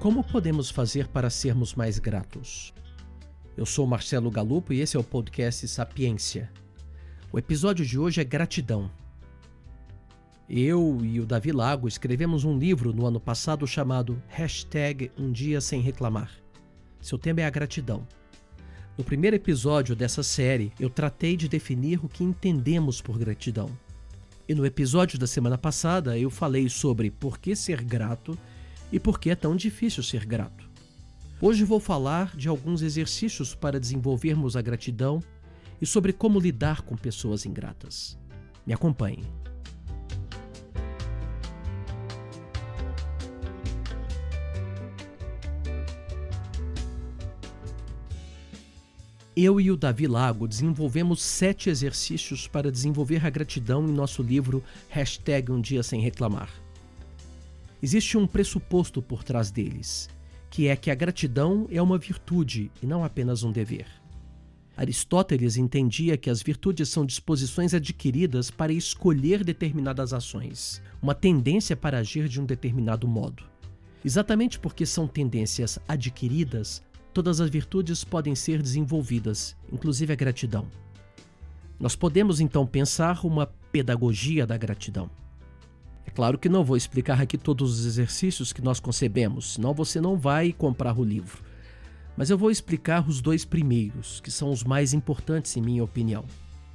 Como podemos fazer para sermos mais gratos? Eu sou Marcelo Galupo e esse é o podcast Sapiência. O episódio de hoje é gratidão. Eu e o Davi Lago escrevemos um livro no ano passado chamado #Um Dia Sem Reclamar. Seu tema é a gratidão. No primeiro episódio dessa série, eu tratei de definir o que entendemos por gratidão. E no episódio da semana passada, eu falei sobre por que ser grato e por que é tão difícil ser grato. Hoje vou falar de alguns exercícios para desenvolvermos a gratidão e sobre como lidar com pessoas ingratas. Me acompanhe. Eu e o Davi Lago desenvolvemos 7 exercícios para desenvolver a gratidão em nosso livro #Um Dia Sem Reclamar. Existe um pressuposto por trás deles, que é que a gratidão é uma virtude e não apenas um dever. Aristóteles entendia que as virtudes são disposições adquiridas para escolher determinadas ações, uma tendência para agir de um determinado modo. Exatamente porque são tendências adquiridas, todas as virtudes podem ser desenvolvidas, inclusive a gratidão. Nós podemos então pensar uma pedagogia da gratidão. É claro que não vou explicar aqui todos os exercícios que nós concebemos, senão você não vai comprar o livro. Mas eu vou explicar os 2 primeiros, que são os mais importantes em minha opinião.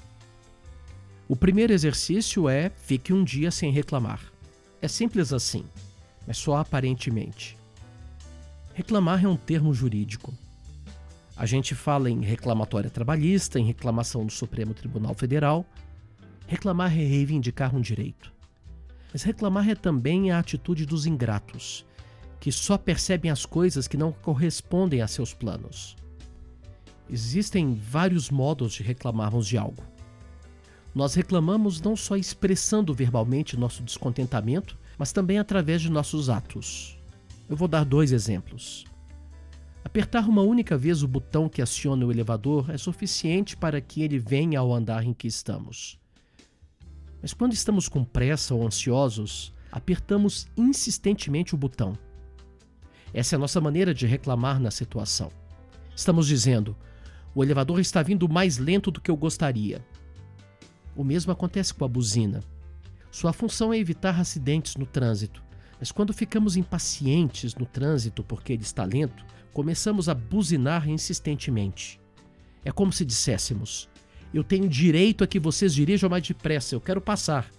O primeiro exercício é fique um dia sem reclamar. É simples assim, mas só aparentemente. Reclamar é um termo jurídico. A gente fala em reclamatória trabalhista, em reclamação do Supremo Tribunal Federal. Reclamar é reivindicar um direito. Mas reclamar é também a atitude dos ingratos, que só percebem as coisas que não correspondem a seus planos. Existem vários modos de reclamarmos de algo. Nós reclamamos não só expressando verbalmente nosso descontentamento, mas também através de nossos atos. Eu vou dar 2 exemplos. Apertar uma única vez o botão que aciona o elevador é suficiente para que ele venha ao andar em que estamos. Mas quando estamos com pressa ou ansiosos, apertamos insistentemente o botão. Essa é a nossa maneira de reclamar na situação. Estamos dizendo, o elevador está vindo mais lento do que eu gostaria. O mesmo acontece com a buzina. Sua função é evitar acidentes no trânsito. Mas quando ficamos impacientes no trânsito porque ele está lento, começamos a buzinar insistentemente. É como se disséssemos, eu tenho direito a que vocês dirijam mais depressa, eu quero passar.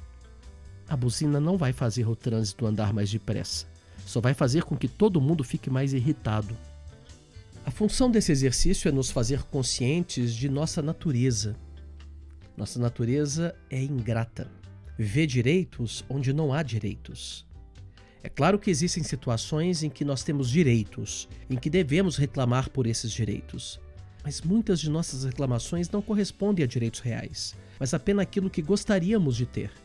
A buzina não vai fazer o trânsito andar mais depressa, só vai fazer com que todo mundo fique mais irritado. A função desse exercício é nos fazer conscientes de nossa natureza. Nossa natureza é ingrata, vê direitos onde não há direitos. É claro que existem situações em que nós temos direitos, em que devemos reclamar por esses direitos. Mas muitas de nossas reclamações não correspondem a direitos reais, mas apenas aquilo que gostaríamos de ter.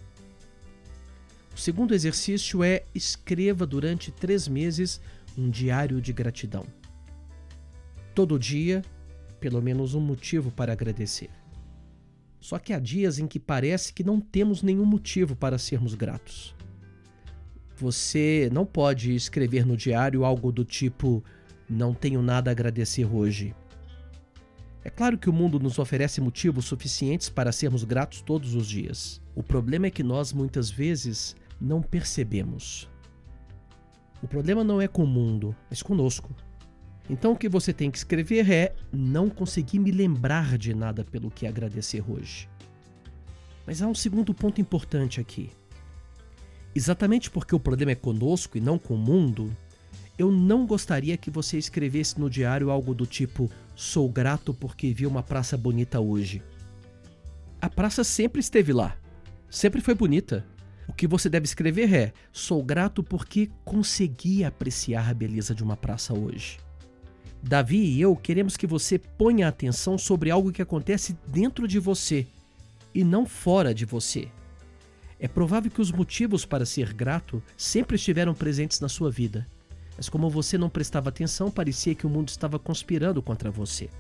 O segundo exercício é escreva durante 3 meses um diário de gratidão. Todo dia, pelo menos um motivo para agradecer. Só que há dias em que parece que não temos nenhum motivo para sermos gratos. Você não pode escrever no diário algo do tipo, não tenho nada a agradecer hoje. É claro que o mundo nos oferece motivos suficientes para sermos gratos todos os dias. O problema é que nós muitas vezes não percebemos. O problema não é com o mundo, mas conosco. Então o que você tem que escrever é, não consegui me lembrar de nada pelo que agradecer hoje. Mas há um segundo ponto importante aqui. Exatamente porque o problema é conosco e não com o mundo, eu não gostaria que você escrevesse no diário algo do tipo sou grato porque vi uma praça bonita hoje. A praça sempre esteve lá, sempre foi bonita. O que você deve escrever é sou grato porque consegui apreciar a beleza de uma praça hoje. Davi e eu queremos que você ponha atenção sobre algo que acontece dentro de você e não fora de você. É provável que os motivos para ser grato sempre estiveram presentes na sua vida. Mas como você não prestava atenção, parecia que o mundo estava conspirando contra você.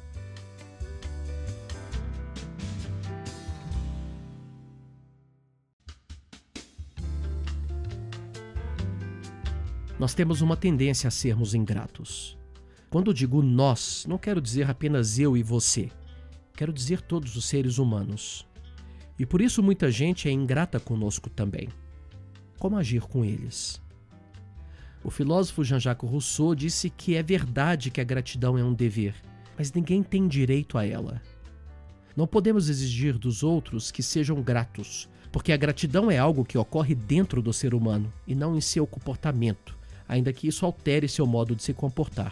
Nós temos uma tendência a sermos ingratos. Quando digo nós, não quero dizer apenas eu e você. Quero dizer todos os seres humanos. E por isso muita gente é ingrata conosco também. Como agir com eles? O filósofo Jean-Jacques Rousseau disse que é verdade que a gratidão é um dever, mas ninguém tem direito a ela. Não podemos exigir dos outros que sejam gratos, porque a gratidão é algo que ocorre dentro do ser humano e não em seu comportamento, ainda que isso altere seu modo de se comportar.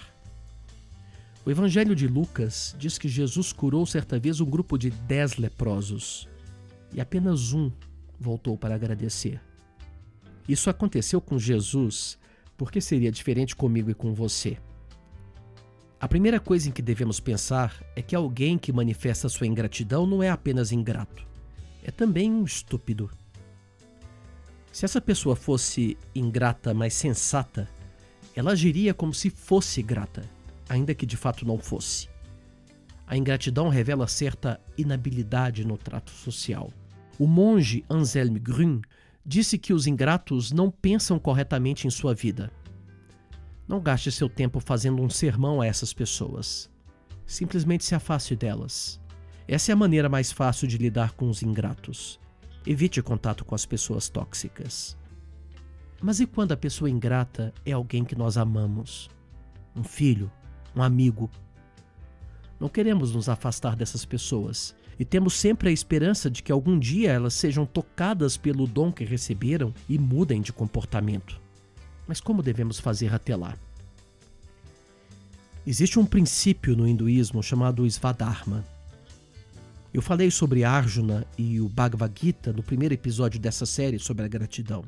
O Evangelho de Lucas diz que Jesus curou certa vez um grupo de 10 leprosos e apenas um voltou para agradecer. Isso aconteceu com Jesus, porque seria diferente comigo e com você. A primeira coisa em que devemos pensar é que alguém que manifesta sua ingratidão não é apenas ingrato, é também um estúpido. Se essa pessoa fosse ingrata, mas sensata, ela agiria como se fosse grata, ainda que de fato não fosse. A ingratidão revela certa inabilidade no trato social. O monge Anselme Grün disse que os ingratos não pensam corretamente em sua vida. Não gaste seu tempo fazendo um sermão a essas pessoas. Simplesmente se afaste delas. Essa é a maneira mais fácil de lidar com os ingratos. Evite contato com as pessoas tóxicas. Mas e quando a pessoa ingrata é alguém que nós amamos? Um filho, um amigo? Não queremos nos afastar dessas pessoas e temos sempre a esperança de que algum dia elas sejam tocadas pelo dom que receberam e mudem de comportamento. Mas como devemos fazer até lá? Existe um princípio no hinduísmo chamado Svadharma. Eu falei sobre Arjuna e o Bhagavad Gita no primeiro episódio dessa série sobre a gratidão.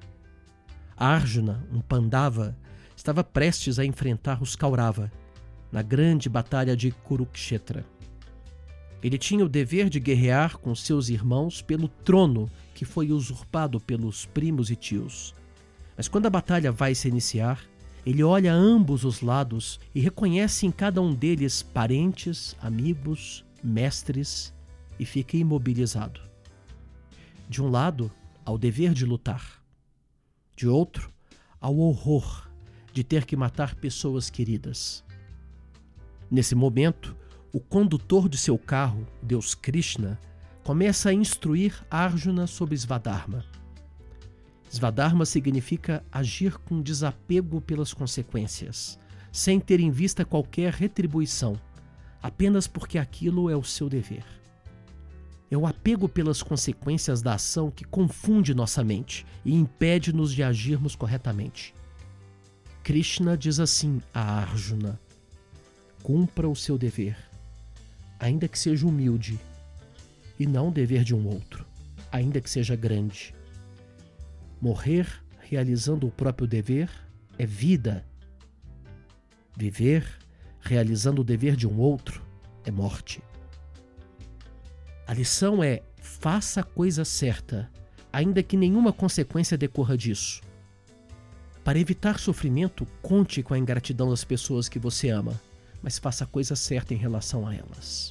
Arjuna, um Pandava, estava prestes a enfrentar os Kaurava na grande batalha de Kurukshetra. Ele tinha o dever de guerrear com seus irmãos pelo trono que foi usurpado pelos primos e tios. Mas quando a batalha vai se iniciar, ele olha a ambos os lados e reconhece em cada um deles parentes, amigos, mestres e fica imobilizado. De um lado, ao dever de lutar. De outro, ao horror de ter que matar pessoas queridas. Nesse momento, o condutor de seu carro, Deus Krishna, começa a instruir Arjuna sobre Svadharma. Svadharma significa agir com desapego pelas consequências, sem ter em vista qualquer retribuição, apenas porque aquilo é o seu dever. É o apego pelas consequências da ação que confunde nossa mente e impede-nos de agirmos corretamente. Krishna diz assim a Arjuna: cumpra o seu dever, ainda que seja humilde, e não o dever de um outro, ainda que seja grande. Morrer realizando o próprio dever é vida. Viver realizando o dever de um outro é morte. A lição é: faça a coisa certa, ainda que nenhuma consequência decorra disso. Para evitar sofrimento, conte com a ingratidão das pessoas que você ama, mas faça a coisa certa em relação a elas.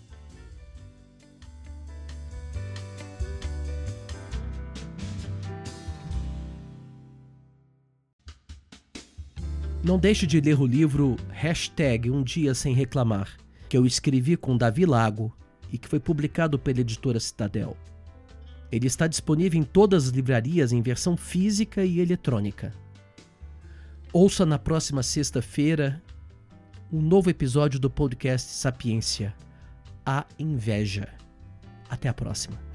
Não deixe de ler o livro #Um Dia Sem Reclamar, que eu escrevi com Davi Lago e que foi publicado pela editora Citadel. Ele está disponível em todas as livrarias em versão física e eletrônica. Ouça na próxima sexta-feira um novo episódio do podcast Sapiência, A Inveja. Até a próxima.